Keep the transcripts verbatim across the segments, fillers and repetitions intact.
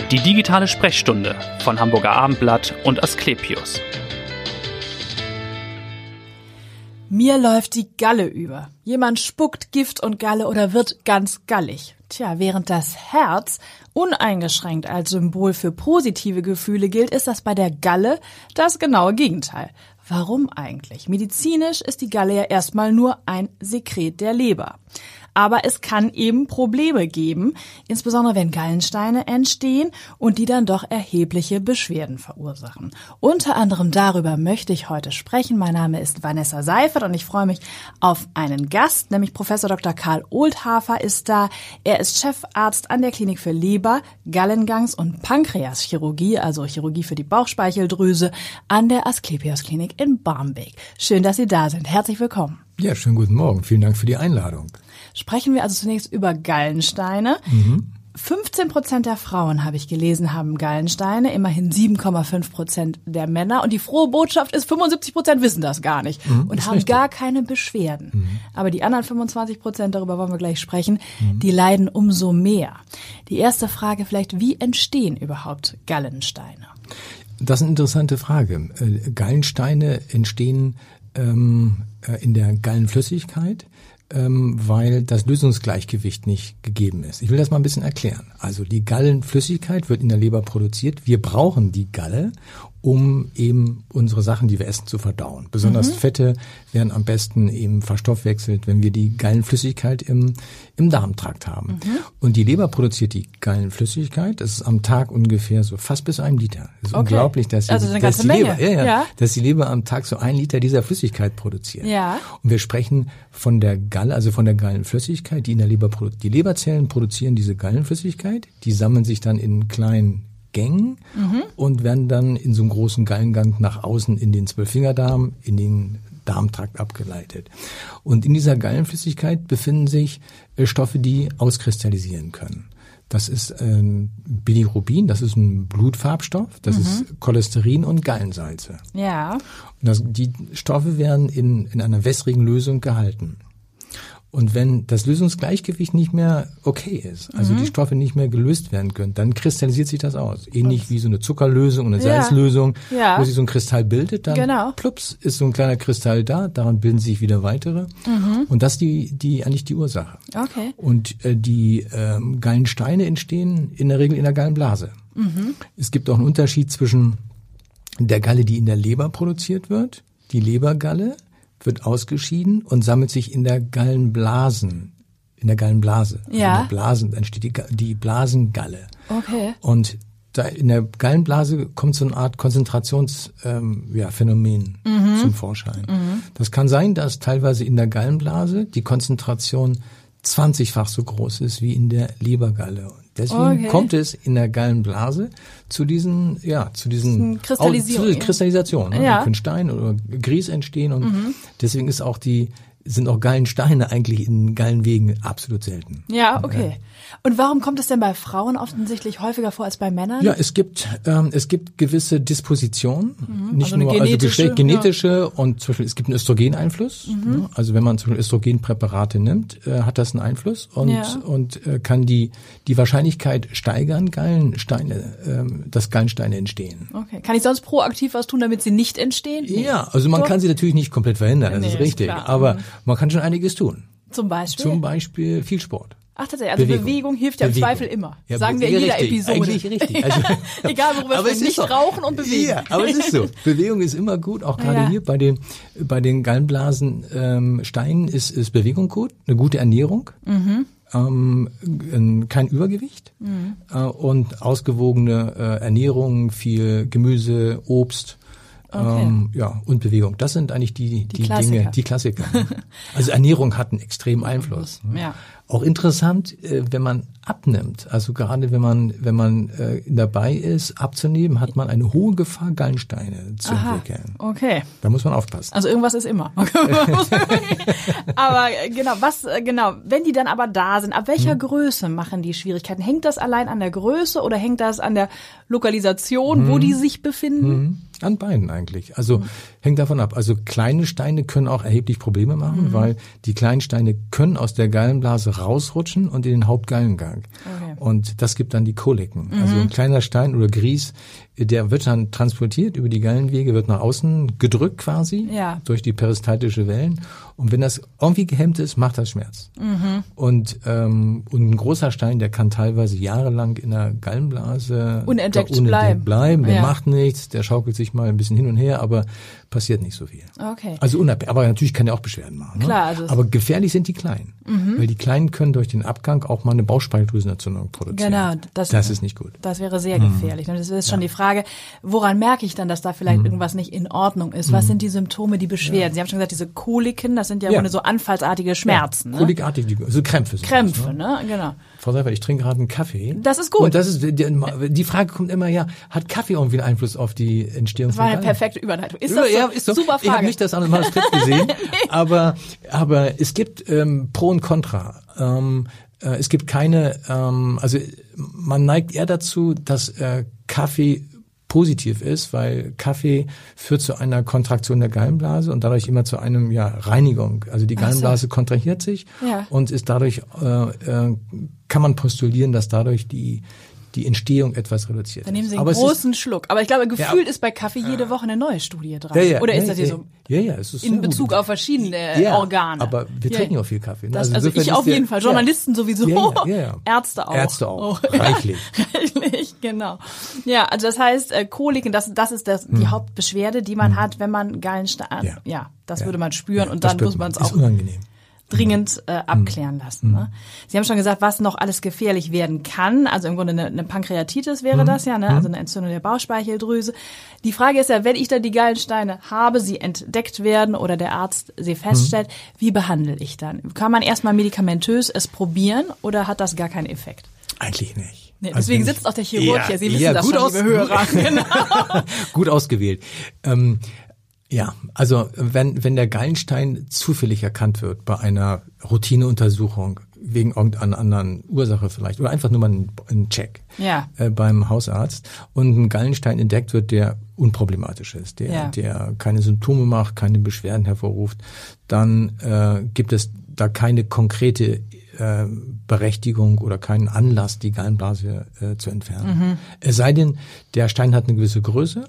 Die digitale Sprechstunde von Hamburger Abendblatt und Asklepios. Mir läuft die Galle über. Jemand spuckt Gift und Galle oder wird ganz gallig. Tja, während das Herz uneingeschränkt als Symbol für positive Gefühle gilt, ist das bei der Galle das genaue Gegenteil. Warum eigentlich? Medizinisch ist die Galle ja erstmal nur ein Sekret der Leber. Aber es kann eben Probleme geben, insbesondere wenn Gallensteine entstehen und die dann doch erhebliche Beschwerden verursachen. Unter anderem darüber möchte ich heute sprechen. Mein Name ist Vanessa Seifert und ich freue mich auf einen Gast, nämlich Professor Doktor Karl Oldhafer ist da. Er ist Chefarzt an der Klinik für Leber, Gallengangs- und Pankreaschirurgie, also Chirurgie für die Bauchspeicheldrüse, an der Asklepios Klinik in Barmbek. Schön, dass Sie da sind. Herzlich willkommen. Ja, schönen guten Morgen. Vielen Dank für die Einladung. Sprechen wir also zunächst über Gallensteine. Mhm. fünfzehn Prozent der Frauen, habe ich gelesen, haben Gallensteine, immerhin sieben Komma fünf Prozent der Männer. Und die frohe Botschaft ist, fünfundsiebzig Prozent wissen das gar nicht mhm, und haben richtig. gar keine Beschwerden. Mhm. Aber die anderen fünfundzwanzig Prozent, darüber wollen wir gleich sprechen, mhm. die leiden umso mehr. Die erste Frage vielleicht, wie entstehen überhaupt Gallensteine? Das ist eine interessante Frage. Gallensteine entstehen ähm, in der Gallenflüssigkeit, ähm, weil das Lösungsgleichgewicht nicht gegeben ist. Ich will das mal ein bisschen erklären. Also die Gallenflüssigkeit wird in der Leber produziert. Wir brauchen die Galle, um eben unsere Sachen, die wir essen, zu verdauen. Besonders mhm. Fette werden am besten eben verstoffwechselt, wenn wir die Gallenflüssigkeit im, im Darmtrakt haben. Mhm. Und die Leber produziert die Gallenflüssigkeit. Das ist am Tag ungefähr so fast bis ein Liter. Das ist okay. unglaublich, dass, also die, eine dass, ganze die Menge. Leber, ja, ja, ja. dass die Leber am Tag so ein Liter dieser Flüssigkeit produziert. Ja. Und wir sprechen von der Galle, also von der Gallenflüssigkeit, die in der Leber produziert. Die Leberzellen produzieren diese Gallenflüssigkeit, die sammeln sich dann in kleinen Gängen mhm. und werden dann in so einem großen Gallengang nach außen in den Zwölffingerdarm, in den Darmtrakt abgeleitet. Und in dieser Gallenflüssigkeit befinden sich äh, Stoffe, die auskristallisieren können. Das ist äh, Bilirubin, das ist ein Blutfarbstoff, das mhm. ist Cholesterin und Gallensalze. Ja. Und das, die Stoffe werden in, in einer wässrigen Lösung gehalten. Und wenn das Lösungsgleichgewicht nicht mehr okay ist, also mhm. die Stoffe nicht mehr gelöst werden können, dann kristallisiert sich das aus. Ähnlich und wie so eine Zuckerlösung und eine ja. Salzlösung, ja. wo sich so ein Kristall bildet, dann genau. plups, ist so ein kleiner Kristall da, daran bilden sich wieder weitere. Mhm. Und das ist die, die, eigentlich die Ursache. Okay. Und äh, die ähm, Gallensteine entstehen in der Regel in der Gallenblase. Mhm. Es gibt auch einen Unterschied zwischen der Galle, die in der Leber produziert wird, die Lebergalle, wird ausgeschieden und sammelt sich in der Gallenblasen, in der Gallenblase. Also ja. in der Blasen, dann steht die, die Blasengalle. Okay. Und da in der Gallenblase kommt so eine Art Konzentrationsphänomen ähm, ja, Phänomen mhm. zum Vorschein. Mhm. Das kann sein, dass teilweise in der Gallenblase die Konzentration zwanzigfach so groß ist wie in der Lebergalle. Deswegen okay. kommt es in der Gallenblase zu diesen, ja, zu diesen Kristallisierung, zu Kristallisation. Ne? Ja. Da können Stein oder Grieß entstehen und mhm. deswegen ist auch die, sind auch Gallensteine eigentlich in Gallenwegen absolut selten. Ja, okay. Ja. Und warum kommt es denn bei Frauen offensichtlich häufiger vor als bei Männern? Ja, es gibt ähm, es gibt gewisse Dispositionen, mhm. nicht also nur also Geschlecht, genetische ja. und zum Beispiel es gibt einen Östrogeneinfluss. Mhm. Ne? Also wenn man zum Beispiel Östrogenpräparate nimmt, äh, hat das einen Einfluss und ja. und äh, kann die die Wahrscheinlichkeit steigern, Gallensteine, äh, dass Gallensteine entstehen. Okay. Kann ich sonst proaktiv was tun, damit sie nicht entstehen? Nee. Ja, also man Doch. kann sie natürlich nicht komplett verhindern, das nee, ist richtig, ist aber mhm. man kann schon einiges tun. Zum Beispiel? Zum Beispiel viel Sport. Ach, tatsächlich. Also Bewegung, Bewegung hilft ja im Bewegung. Zweifel immer. Ja, sagen wir in jeder richtig, Episode. Eigentlich richtig. Also, egal, worüber wir sprechen, nicht doch, rauchen und bewegen. Ja, aber es ist so. Bewegung ist immer gut. Auch gerade ja. hier bei den, bei den Gallenblasensteinen ähm, ist, ist Bewegung gut. Eine gute Ernährung. Mhm. Ähm, kein Übergewicht. Mhm. Äh, und ausgewogene äh, Ernährung, viel Gemüse, Obst. Okay. Ähm, ja, und Bewegung. Das sind eigentlich die, die, die Dinge, die Klassiker. Also Ernährung hat einen extremen Einfluss. Ja. Auch interessant, wenn man abnimmt, also gerade wenn man wenn man äh, dabei ist, abzunehmen, hat man eine hohe Gefahr, Gallensteine zu Aha, entwickeln. Okay. Da muss man aufpassen. Also irgendwas ist immer. Aber genau, was genau, wenn die dann aber da sind, ab welcher hm. Größe machen die Schwierigkeiten? Hängt das allein an der Größe oder hängt das an der Lokalisation, hm. wo die sich befinden? Hm. An beiden eigentlich. Also hm. hängt davon ab. Also kleine Steine können auch erheblich Probleme machen, hm. weil die kleinen Steine können aus der Gallenblase rausrutschen und in den Hauptgallengang. Okay. Und das gibt dann die Koliken. Mhm. Also ein kleiner Stein oder Grieß, der wird dann transportiert über die Gallenwege, wird nach außen gedrückt quasi ja. durch die peristaltische Wellen. Und wenn das irgendwie gehemmt ist, macht das Schmerz. Mhm. Und, ähm, und ein großer Stein, der kann teilweise jahrelang in der Gallenblase unentdeckt, unentdeckt bleiben. bleiben. Der ja. macht nichts, der schaukelt sich mal ein bisschen hin und her, aber passiert nicht so viel. Okay. Also unabhängig, aber natürlich kann er auch Beschwerden machen. Ne? Klar, also aber gefährlich sind die Kleinen. Mhm. Weil die Kleinen können durch den Abgang auch mal eine Bauchspeicheldrüsenentzündung produzieren. Genau. Das, das ist nicht gut. Das wäre sehr gefährlich. Und das ist schon ja. die Frage, woran merke ich dann, dass da vielleicht mhm. irgendwas nicht in Ordnung ist? Was mhm. sind die Symptome, die Beschwerden? Ja. Sie haben schon gesagt, diese Koliken, das sind ja, ja. so anfallsartige Schmerzen. Ja. Ne? Kolikartig, also Krämpfe. Sind Krämpfe, das, ne? Genau. Frau Seifert, ich trinke gerade einen Kaffee. Das ist gut. Und das ist, die, die Frage kommt immer, ja, hat Kaffee irgendwie einen Einfluss auf die Entstehung von Gallen? Das war eine perfekte Überleitung. Ist das so? Ja, ist so. Super Frage. Ich habe nicht das andere Manuskript gesehen, nee. aber, aber es gibt ähm, Pro und Contra. Ähm, äh, es gibt keine, ähm, also man neigt eher dazu, dass äh, Kaffee positiv ist, weil Kaffee führt zu einer Kontraktion der Gallenblase und dadurch immer zu einem ja Reinigung. Also die Gallenblase so. kontrahiert sich ja. und ist dadurch äh, äh, kann man postulieren, dass dadurch die die Entstehung etwas reduziert. Dann nehmen Sie einen aber großen ist, Schluck. Aber ich glaube, gefühlt ja, ist bei Kaffee jede Woche eine neue Studie dran. Ja, ja, Oder ist ja, das hier ja, so ja, ja, es ist in Bezug gut. auf verschiedene ja, Organe? Aber wir ja. trinken ja auch viel Kaffee. Ne? Das, also, also ich auf jeden Fall. Journalisten ja. sowieso. Ja, ja, ja, ja. Ärzte auch. Ärzte auch. Oh, Reichlich. Ja. Reichlich, genau. Ja, also das heißt, äh, Koliken, das, das ist das, die hm. Hauptbeschwerde, die man hm. hat, wenn man Gallenstein, ja, ja das ja. würde man spüren ja, und dann muss man es auch unangenehm. dringend äh, abklären lassen. Ne? Sie haben schon gesagt, was noch alles gefährlich werden kann. Also im Grunde eine, eine Pankreatitis wäre mhm. das ja, ne? Also eine Entzündung der Bauchspeicheldrüse. Die Frage ist ja, wenn ich dann die Gallensteine habe, sie entdeckt werden oder der Arzt sie feststellt, mhm. wie behandle ich dann? Kann man erstmal medikamentös es probieren oder hat das gar keinen Effekt? Eigentlich nicht. Nee, deswegen also sitzt auch der Chirurg ja, hier. Sie wissen ja, das gut schon, aus, liebe Hörer. Genau. Gut ausgewählt. Ähm, Ja, also wenn wenn der Gallenstein zufällig erkannt wird bei einer Routineuntersuchung wegen irgendeiner anderen Ursache vielleicht oder einfach nur mal ein, ein Check ja. äh, beim Hausarzt und ein Gallenstein entdeckt wird, der unproblematisch ist, der ja. der keine Symptome macht, keine Beschwerden hervorruft, dann äh, gibt es da keine konkrete äh, Berechtigung oder keinen Anlass, die Gallenblase äh, zu entfernen. Mhm. Es sei denn, der Stein hat eine gewisse Größe.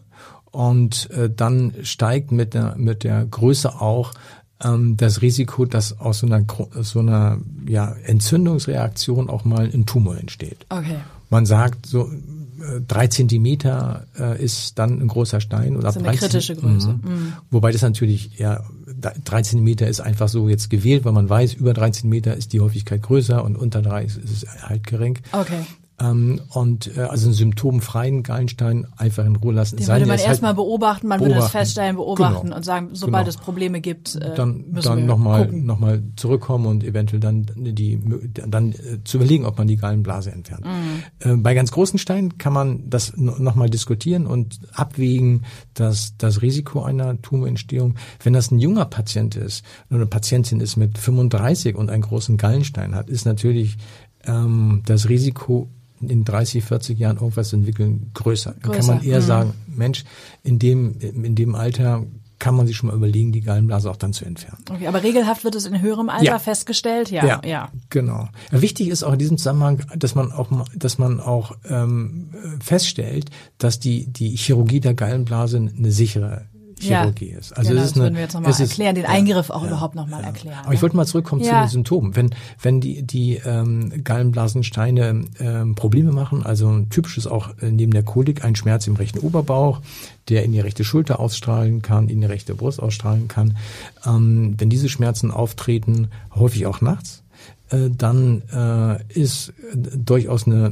Und äh, dann steigt mit der mit der Größe auch ähm, das Risiko, dass aus so einer so einer ja Entzündungsreaktion auch mal ein Tumor entsteht. Okay. Man sagt so äh, drei Zentimeter äh, ist dann ein großer Stein oder das ist eine kritische Größe. Mhm. Mhm. Wobei das natürlich ja drei Zentimeter ist einfach so jetzt gewählt, weil man weiß, über drei Zentimeter ist die Häufigkeit größer und unter drei ist es halt gering. Okay. Ähm, und äh, also einen symptomfreien Gallenstein einfach in Ruhe lassen. Den würde man erstmal halt beobachten, man beobachten. würde es feststellen, beobachten genau. und sagen, sobald genau. es Probleme gibt, äh, dann müssen dann wir nochmal gucken. nochmal zurückkommen und eventuell dann die dann äh, zu überlegen, ob man die Gallenblase entfernt. Mhm. Äh, bei ganz großen Steinen kann man das nochmal diskutieren und abwägen, dass das Risiko einer Tumorentstehung, wenn das ein junger Patient ist oder eine Patientin ist mit fünfunddreißig und einen großen Gallenstein hat, ist natürlich ähm, das Risiko in dreißig, vierzig Jahren irgendwas entwickeln, größer. Dann größer. kann man eher mhm. sagen, Mensch, in dem, in dem Alter kann man sich schon mal überlegen, die Gallenblase auch dann zu entfernen. Okay, aber regelhaft wird es in höherem Alter ja. festgestellt? Ja, ja, ja. Genau. Ja, wichtig ist auch in diesem Zusammenhang, dass man auch, dass man auch ähm, feststellt, dass die, die Chirurgie der Gallenblase eine sichere Chirurgie ja, ist. Also genau, es ist das eine, würden wir jetzt nochmal erklären, den ja, Eingriff auch ja, überhaupt nochmal ja. erklären. Aber ich wollte mal zurückkommen ja. zu den Symptomen. Wenn wenn die die ähm, Gallenblasensteine ähm, Probleme machen, also typisch ist auch äh, neben der Kolik ein Schmerz im rechten Oberbauch, der in die rechte Schulter ausstrahlen kann, in die rechte Brust ausstrahlen kann. Ähm, wenn diese Schmerzen auftreten, häufig auch nachts, dann äh, ist durchaus eine,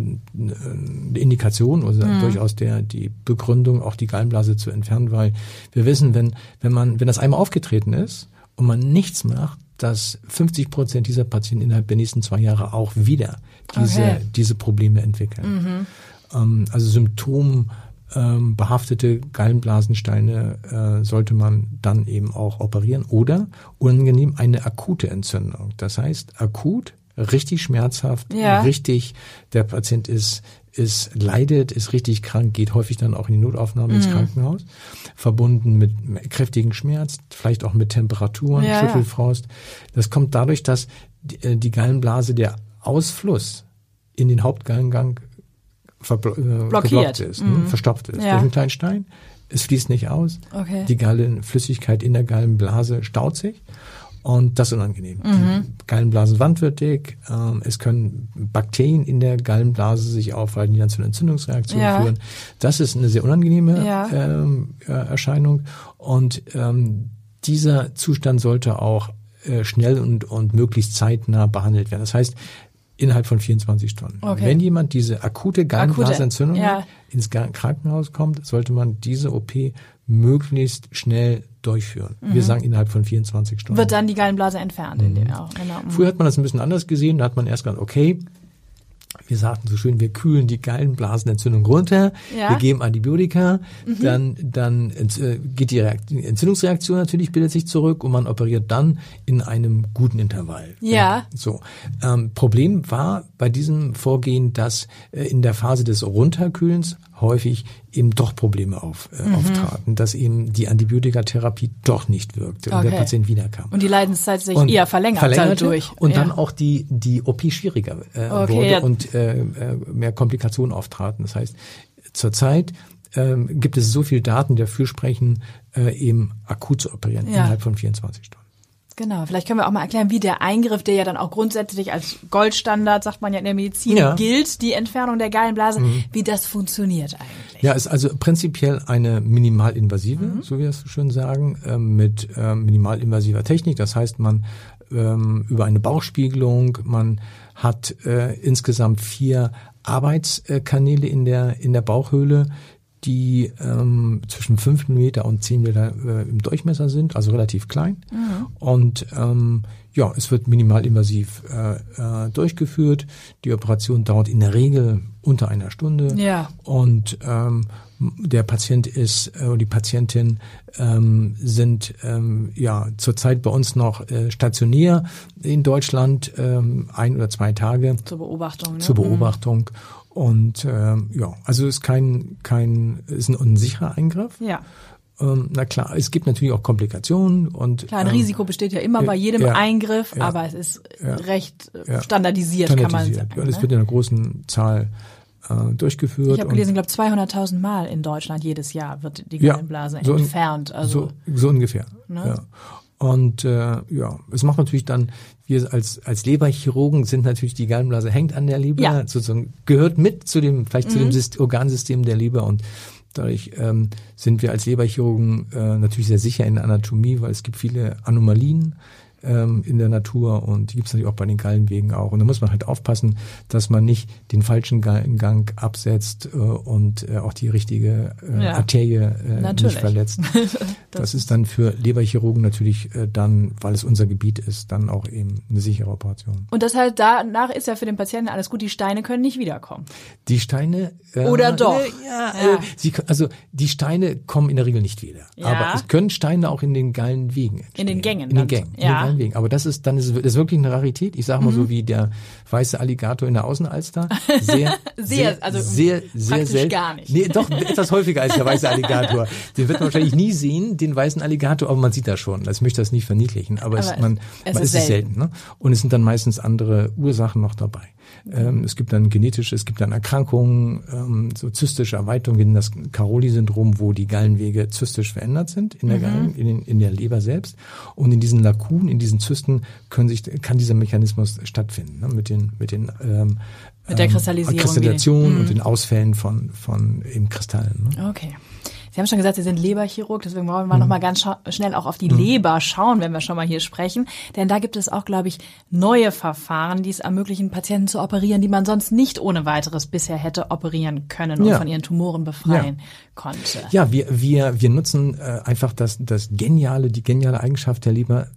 eine Indikation oder mhm. durchaus der die Begründung, auch die Gallenblase zu entfernen, weil wir wissen, wenn wenn man wenn das einmal aufgetreten ist und man nichts macht, dass fünfzig Prozent dieser Patienten innerhalb der nächsten zwei Jahre auch wieder diese okay. diese Probleme entwickeln. Mhm. Ähm, also Symptom Ähm, behaftete Gallenblasensteine äh, sollte man dann eben auch operieren oder unangenehm eine akute Entzündung. Das heißt, akut, richtig schmerzhaft, ja. richtig, der Patient ist ist leidet, ist richtig krank, geht häufig dann auch in die Notaufnahme ins Mhm. Krankenhaus, verbunden mit kräftigen Schmerz, vielleicht auch mit Temperaturen, Ja, Schüttelfrost. Das kommt dadurch, dass die, die Gallenblase, der Ausfluss in den Hauptgallengang verblo- äh, Blockiert. geblockt ist, Mhm. ne, verstopft ist Ja. durch einen kleinen Stein. Es fließt nicht aus. Okay. Die Gallenflüssigkeit in der Gallenblase staut sich. Und das ist unangenehm. Mhm. Die Gallenblasenwand wird dick. Ähm, es können Bakterien in der Gallenblase sich aufhalten, die dann zu einer Entzündungsreaktion Ja. führen. Das ist eine sehr unangenehme Ja. ähm, äh, Erscheinung. Und ähm, dieser Zustand sollte auch äh, schnell und, und möglichst zeitnah behandelt werden. Das heißt, innerhalb von vierundzwanzig Stunden. Okay. Wenn jemand diese akute Gallenblasenentzündung Akute, hat, ins Ga- Krankenhaus kommt, sollte man diese O P möglichst schnell durchführen. Wir sagen innerhalb von vierundzwanzig Stunden. Wird dann die Gallenblase entfernt. In dem, auch, genau. Früher hat man das ein bisschen anders gesehen. Da hat man erst gesagt, okay, wir sagten so schön, wir kühlen die Gallenblasenentzündung runter, Ja. wir geben Antibiotika, dann dann äh, geht die, Reakt- die Entzündungsreaktion natürlich, bildet sich zurück und man operiert dann in einem guten Intervall. Ja. So. Ähm, Problem war bei diesem Vorgehen, dass äh, in der Phase des Runterkühlens häufig eben doch Probleme auf, äh, auftraten, dass eben die Antibiotikatherapie doch nicht wirkte und Okay. der Patient wiederkam. Und die Leidenszeit sich Und eher verlängert verlängerte dadurch. und ja. dann auch die die O P schwieriger äh, Okay, wurde ja. und äh, äh, mehr Komplikationen auftraten. Das heißt, zurzeit ähm, gibt es so viel Daten, die dafür sprechen, äh, eben akut zu operieren Ja. innerhalb von vierundzwanzig Stunden. Genau, vielleicht können wir auch mal erklären, wie der Eingriff, der ja dann auch grundsätzlich als Goldstandard, sagt man ja in der Medizin, Ja. gilt, die Entfernung der Gallenblase, wie das funktioniert eigentlich. Ja, ist also prinzipiell eine minimalinvasive, Mhm. so wie wir es so schön sagen, ähm, mit ähm, minimalinvasiver Technik. Das heißt, man ähm, über eine Bauchspiegelung, man hat äh, insgesamt vier Arbeitskanäle in der in der Bauchhöhle, die ähm, zwischen fünf Millimeter und zehn Millimeter äh, im Durchmesser sind, also relativ klein. Mhm. Und ähm, ja, es wird minimalinvasiv äh, äh, durchgeführt. Die Operation dauert in der Regel unter einer Stunde. Ja. Und ähm, der Patient ist äh, oder die Patientin ähm, sind ähm, ja zurzeit bei uns noch äh, stationär in Deutschland, ähm, ein oder zwei Tage Zur Beobachtung. Ne? zur Beobachtung. Und ähm, ja, also ist kein kein ist ein unsicherer Eingriff. Ja. Ähm, na klar, es gibt natürlich auch Komplikationen und Klar, ein ähm, Risiko besteht ja immer bei jedem ja, Eingriff, ja, aber es ist ja, recht äh, ja. standardisiert, kann man standardisiert. sagen. Ja, das ne? wird in einer großen Zahl äh, durchgeführt. Ich habe gelesen, ich glaube zweihunderttausend Mal in Deutschland jedes Jahr wird die Ja, Gallenblase so un- entfernt. Also so, so ungefähr. Ne? Ja. Und äh, ja, es macht natürlich dann, wir als als Leberchirurgen sind natürlich, die Gallenblase hängt an der Leber, Ja. sozusagen gehört mit zu dem, vielleicht zu Mhm. dem Syst- Organsystem der Leber und dadurch ähm, sind wir als Leberchirurgen äh, natürlich sehr sicher in der Anatomie, weil es gibt viele Anomalien ähm, in der Natur und die gibt es natürlich auch bei den Gallenwegen auch. Und da muss man halt aufpassen, dass man nicht den falschen Gallengang absetzt äh, und äh, auch die richtige äh, Ja. Arterie äh, Natürlich. nicht verletzt. Das, das ist dann für Leberchirurgen natürlich äh, dann, weil es unser Gebiet ist, dann auch eben eine sichere Operation. und das heißt, danach ist ja für den Patienten alles gut, die Steine können nicht wiederkommen. Die Steine äh, Oder doch? Äh, ja, Ja. Äh, sie, also die Steine kommen in der Regel nicht wieder. Ja. Aber es können Steine auch in den Gallenwegen entstehen. In den Gängen In dann. den Gängen. In Ja. den Gallenwegen. Aber das ist dann ist das ist wirklich eine Rarität. Ich sage mal so wie der weiße Alligator in der Außenalster. Sehr, Sehr, also sehr, sehr praktisch selten. gar nicht. Nee, doch etwas häufiger als der weiße Alligator. Den wird man wahrscheinlich nie sehen, den weißen Alligator, aber man sieht das schon. Also ich möchte das nicht verniedlichen, aber, Aber es, man, es man ist ist es selten. selten. Ne? Und es sind dann meistens andere Ursachen noch dabei. Ähm, es gibt dann genetische, es gibt dann Erkrankungen, ähm, so zystische Erweiterungen, wie das Caroli-Syndrom, wo die Gallenwege zystisch verändert sind in der Gallen, in, den, in der Leber selbst. Und in diesen Lakunen, in diesen Zysten können sich, kann dieser Mechanismus stattfinden, ne? mit den, mit den ähm, Mit der ähm, Kristallisierung. Kristallisation Mhm. und den Ausfällen von, von eben Kristallen. Ne? Okay. Sie haben schon gesagt, Sie sind Leberchirurg, deswegen wollen wir noch mal ganz scha- schnell auch auf die Leber schauen, wenn wir schon mal hier sprechen. Denn da gibt es auch, glaube ich, neue Verfahren, die es ermöglichen, Patienten zu operieren, die man sonst nicht ohne weiteres bisher hätte operieren können und Ja. von ihren Tumoren befreien konnte. Ja, wir, wir, wir nutzen äh, einfach das, das geniale, die geniale Eigenschaft der Leber,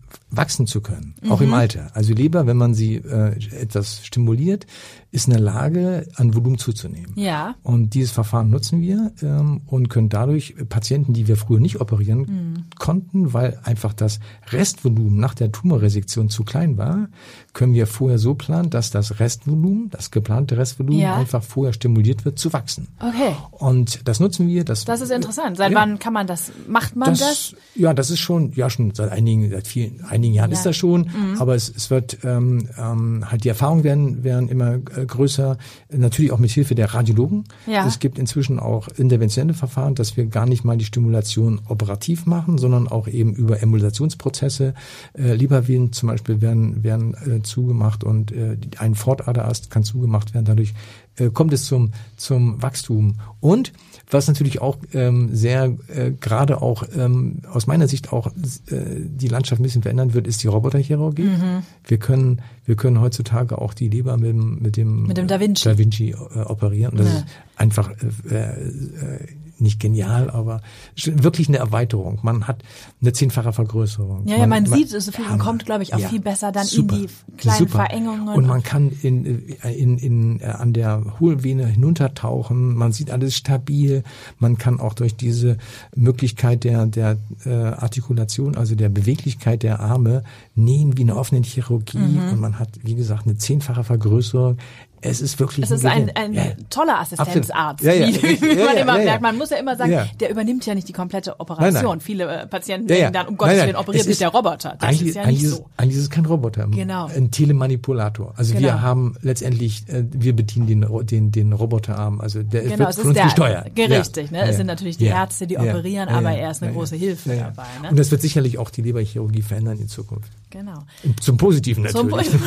wachsen zu können, auch mhm. im Alter. Also Leber, wenn man sie äh, etwas stimuliert, ist in der Lage, an Volumen zuzunehmen. Ja. Und dieses Verfahren nutzen wir ähm, und können dadurch Patienten, die wir früher nicht operieren mhm. konnten, weil einfach das Restvolumen nach der Tumorresektion zu klein war, können wir vorher so planen, dass das Restvolumen, das geplante Restvolumen ja. einfach vorher stimuliert wird, zu wachsen. Okay. Und das nutzen wir. Das, das ist interessant. Seit ja. wann kann man das, macht man das? das? Ja, das ist schon, ja schon seit einigen, seit vielen, einigen Jahren ja. ist das schon, mhm. aber es, es wird ähm, ähm, halt die Erfahrungen werden, werden immer äh, größer, natürlich auch mit Hilfe der Radiologen. Ja. Es gibt inzwischen auch interventionelle Verfahren, dass wir gar nicht mal die Stimulation operativ machen, sondern auch eben über Emulationsprozesse. Äh, Lebervenen zum Beispiel werden, werden äh, zugemacht und äh, ein Fortaderaast kann zugemacht werden. Dadurch äh, kommt es zum, zum Wachstum. Und was natürlich auch ähm, sehr äh, gerade auch ähm, aus meiner Sicht auch äh, die Landschaft ein bisschen verändern wird, ist die Roboterchirurgie. Mhm. Wir können wir können heutzutage auch die Leber mit dem mit dem, mit dem Da Vinci, Da Vinci äh, operieren. Und das ja. ist einfach äh, äh, nicht genial, aber wirklich eine Erweiterung. Man hat eine zehnfache Vergrößerung. Ja, ja, man, man sieht es, man kommt, glaube ich, auch ja, viel besser dann super, in die kleinen super. Verengungen. Und man kann in, in, in, an der Hohlvene hinuntertauchen. Man sieht alles stabil. Man kann auch durch diese Möglichkeit der, der äh, Artikulation, also der Beweglichkeit der Arme, nähen wie eine offene Chirurgie. Mhm. Und man hat, wie gesagt, eine zehnfache Vergrößerung. Es ist wirklich Es ist ein, ein ja. toller Assistenzarzt, ja, ja. wie, wie ja, man ja, immer ja, merkt. Man muss ja immer sagen, ja. der übernimmt ja nicht die komplette Operation. Nein, nein. Viele äh, Patienten ja, denken dann, um Gottes Willen, operiert mich der Roboter. Das ist ja nicht so. Eigentlich ist es kein Roboter, genau. ein Telemanipulator. Also genau. wir haben letztendlich, äh, wir bedienen den, den, den Roboterarm. Also der genau, wird es von uns der, gesteuert. Richtig, ja. ne? Es sind natürlich die ja. Ärzte, die ja. operieren, ja. aber er ist eine ja. große Hilfe ja. dabei. Ne? Und das wird sicherlich auch die Leberchirurgie verändern in Zukunft. Genau. Zum Positiven natürlich. Zum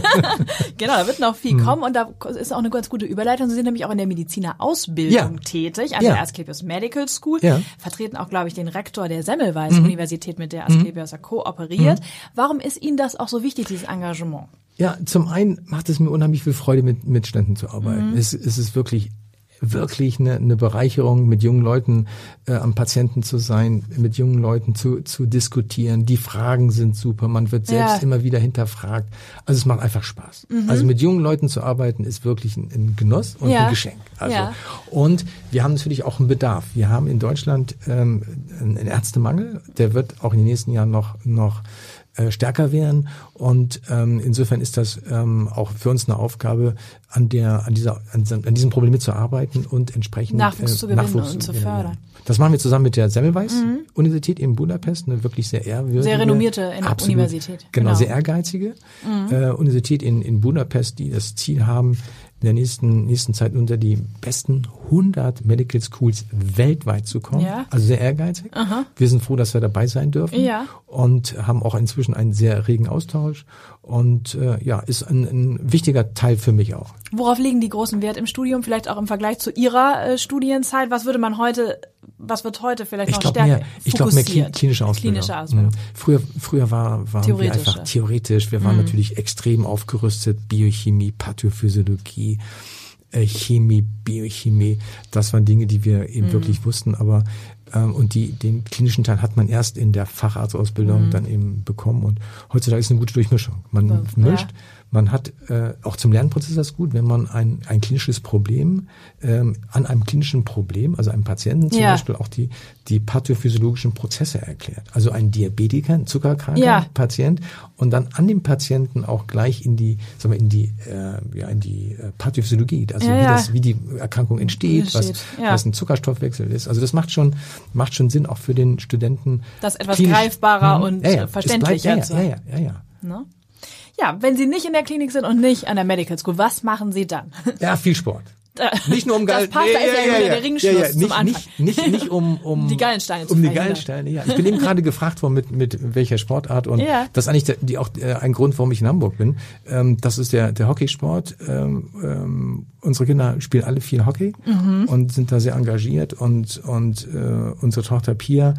genau, da wird noch viel hm. kommen und da ist auch eine ganz gute Überleitung. Sie sind nämlich auch in der Medizinerausbildung ja. tätig, an ja. der Asklepios Medical School, ja. vertreten auch, glaube ich, den Rektor der Semmelweis mhm. Universität, mit der Asklepios mhm. kooperiert. Mhm. Warum ist Ihnen das auch so wichtig, dieses Engagement? Ja, zum einen macht es mir unheimlich viel Freude, mit, mit Studenten zu arbeiten. Mhm. Es, es ist wirklich wirklich eine, eine Bereicherung, mit jungen Leuten äh, am Patienten zu sein, mit jungen Leuten zu, zu diskutieren. Die Fragen sind super, man wird selbst ja. immer wieder hinterfragt. Also es macht einfach Spaß. Mhm. Also mit jungen Leuten zu arbeiten ist wirklich ein, ein Genuss und ja. ein Geschenk. Also ja. Und wir haben natürlich auch einen Bedarf. Wir haben in Deutschland ähm, einen Ärztemangel, der wird auch in den nächsten Jahren noch noch stärker werden und ähm, insofern ist das ähm, auch für uns eine Aufgabe, an der an dieser an diesem, an diesem Problem mitzuarbeiten und entsprechend Nachwuchs äh, zu gewinnen Nachwuchs und zu fördern. Das machen wir zusammen mit der Semmelweis mhm. Universität in Budapest, eine wirklich sehr ehrwürdige, sehr renommierte absolut, Universität, genau, genau sehr ehrgeizige mhm. äh, Universität in in Budapest, die das Ziel haben, in der nächsten nächsten Zeit unter die besten hundert Medical Schools weltweit zu kommen. Ja. Also sehr ehrgeizig. Aha. Wir sind froh, dass wir dabei sein dürfen ja. und haben auch inzwischen einen sehr regen Austausch und äh, ja, ist ein, ein wichtiger Teil für mich auch. Worauf legen die großen Wert im Studium, vielleicht auch im Vergleich zu Ihrer äh, Studienzeit? Was würde man heute, was wird heute vielleicht ich noch glaub stärker mehr, Ich glaube mehr klinische Ausbildung. Klinische Ausbildung. Früher, früher war, waren wir einfach theoretisch. Wir waren mhm. natürlich extrem aufgerüstet. Biochemie, Pathophysiologie, äh, Chemie, Biochemie. Das waren Dinge, die wir eben mhm. wirklich wussten. Aber ähm, und die den klinischen Teil hat man erst in der Facharztausbildung mhm. dann eben bekommen. Und heutzutage ist eine gute Durchmischung. Man ja. mischt. Man hat äh, auch zum Lernprozess das gut, wenn man ein ein klinisches Problem ähm, an einem klinischen Problem, also einem Patienten zum ja. Beispiel auch die die pathophysiologischen Prozesse erklärt. Also ein Diabetiker, ein zuckerkranker ja. Patient und dann an dem Patienten auch gleich in die, sagen wir, in die äh, ja in die äh, Pathophysiologie, also ja, wie das wie die Erkrankung entsteht, entsteht. was ja. was ein Zuckerstoffwechsel ist. Also das macht schon macht schon Sinn auch für den Studenten. Das etwas klinisch, greifbarer mh, und ja, ja, verständlicher. Bleibt, ja, ja, ja, ja, ja. Ne? Ja, wenn Sie nicht in der Klinik sind und nicht an der Medical School, was machen Sie dann? Ja, viel Sport. Nicht nur um Gall- das passt, da ist ja, ja, ja, der Ringschluss ja, ja. Nicht, zum Anfang. Nicht, nicht, nicht um, um die Gallensteine zu um die verhindern. Gallensteine, ja. Ich bin eben gerade gefragt worden, mit, mit welcher Sportart und ja. das ist eigentlich der, die, auch äh, ein Grund, warum ich in Hamburg bin. Ähm, das ist der, der Hockeysport. Ähm, ähm, unsere Kinder spielen alle viel Hockey mhm. und sind da sehr engagiert und, und äh, unsere Tochter Pia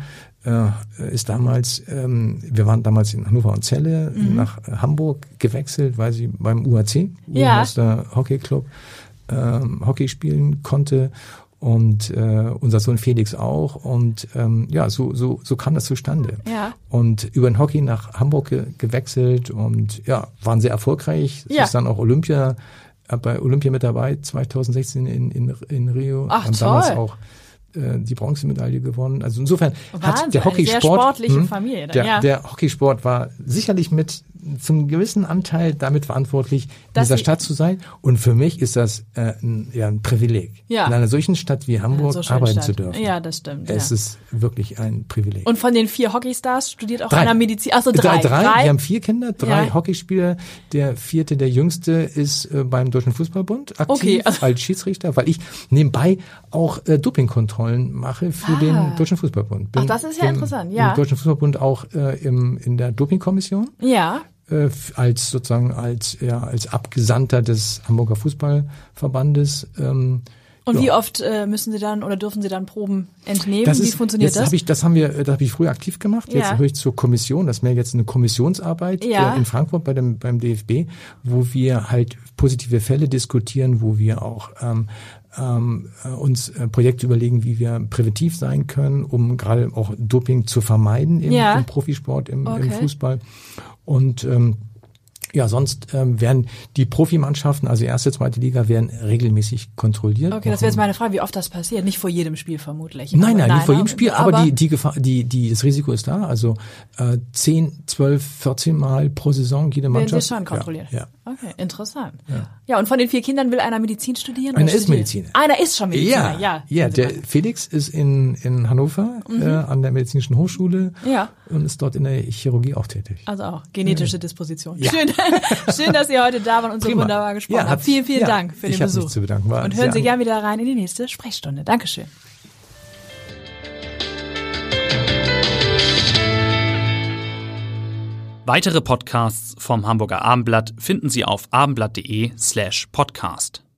ist damals, ähm, wir waren damals in Hannover und Celle mhm. nach Hamburg gewechselt, weil sie beim U H C, ja. Urmeister Hockey Club, ähm, Hockey spielen konnte und äh, unser Sohn Felix auch. Und ähm, ja, so so so kam das zustande. Ja. Und über den Hockey nach Hamburg ge- gewechselt und ja, waren sehr erfolgreich. Es Ja. ist dann auch Olympia, äh, bei Olympia mit dabei, zwanzig sechzehn in, in, in Rio. Ach, und toll. damals auch äh, die Bronzemedaille gewonnen. Also insofern Wahnsinn, hat der eine sehr Hockeysport, sportliche hm, Familie dann, der, ja. der Hockeysport war sicherlich mit zum gewissen Anteil damit verantwortlich, in Dass dieser Sie- Stadt zu sein. Und für mich ist das äh, ein, ja, ein Privileg, Ja. in einer solchen Stadt wie Hamburg So schöne arbeiten Stadt. zu dürfen. Ja, das stimmt. Es ja. ist wirklich ein Privileg. Und von den vier Hockeystars studiert auch Drei. einer Medizin. Achso, drei. Drei, drei. Wir haben vier Kinder, drei Ja. Hockeyspieler. Der vierte, der jüngste, ist äh, beim Deutschen Fußballbund aktiv Okay, also- als Schiedsrichter, weil ich nebenbei auch äh, Dopingkontrollen mache für Ah. den Deutschen Fußballbund. Bin Ach, das ist ja im, interessant, ja. Im Deutschen Fußballbund auch äh, im, in der Dopingkommission. Ja. Äh, f- als sozusagen als ja als Abgesandter des Hamburger Fußballverbandes. Ähm, Und ja. wie oft äh, müssen Sie dann oder dürfen Sie dann Proben entnehmen? Das wie ist, funktioniert jetzt das? Hab ich, das haben wir, das habe ich früher aktiv gemacht. Jetzt Ja. höre ich zur Kommission. Das wäre jetzt eine Kommissionsarbeit Ja. äh, in Frankfurt bei dem beim D F B, wo wir halt positive Fälle diskutieren, wo wir auch ähm, ähm, äh, uns äh, Projekte überlegen, wie wir präventiv sein können, um gerade auch Doping zu vermeiden im, Ja. im Profisport, im, Okay. im Fußball. Und ähm, ja, sonst ähm, werden die Profimannschaften, also erste, zweite Liga, werden regelmäßig kontrolliert. Okay, das wäre jetzt meine Frage, wie oft das passiert. Nicht vor jedem Spiel vermutlich. Nein, Aber nein, nicht vor jedem Spiel, aber, aber die, die Gefahr, die, die, das Risiko ist da. Also äh, zehn, zwölf, vierzehn Mal pro Saison jede werden Mannschaft. Sie schon kontrolliert. Ja, ja. Okay, interessant. Ja. ja, und von den vier Kindern will einer Medizin studieren? Einer oder ist studiert? Mediziner. Einer ist schon Mediziner, ja. Ja, ja, der Felix ist in, in Hannover äh, an der Medizinischen Hochschule Ja. und ist dort in der Chirurgie auch tätig. Also auch genetische Disposition. Ja. Schön, schön, dass Sie heute da waren und so Prima. wunderbar gesprochen Ja, haben. hat- Vielen, vielen ja, Dank für den ich hab Besuch. mich zu bedanken. War Und sehr hören Sie an- gern wieder rein in die nächste Sprechstunde. Dankeschön. Weitere Podcasts vom Hamburger Abendblatt finden Sie auf abendblatt.de slash podcast.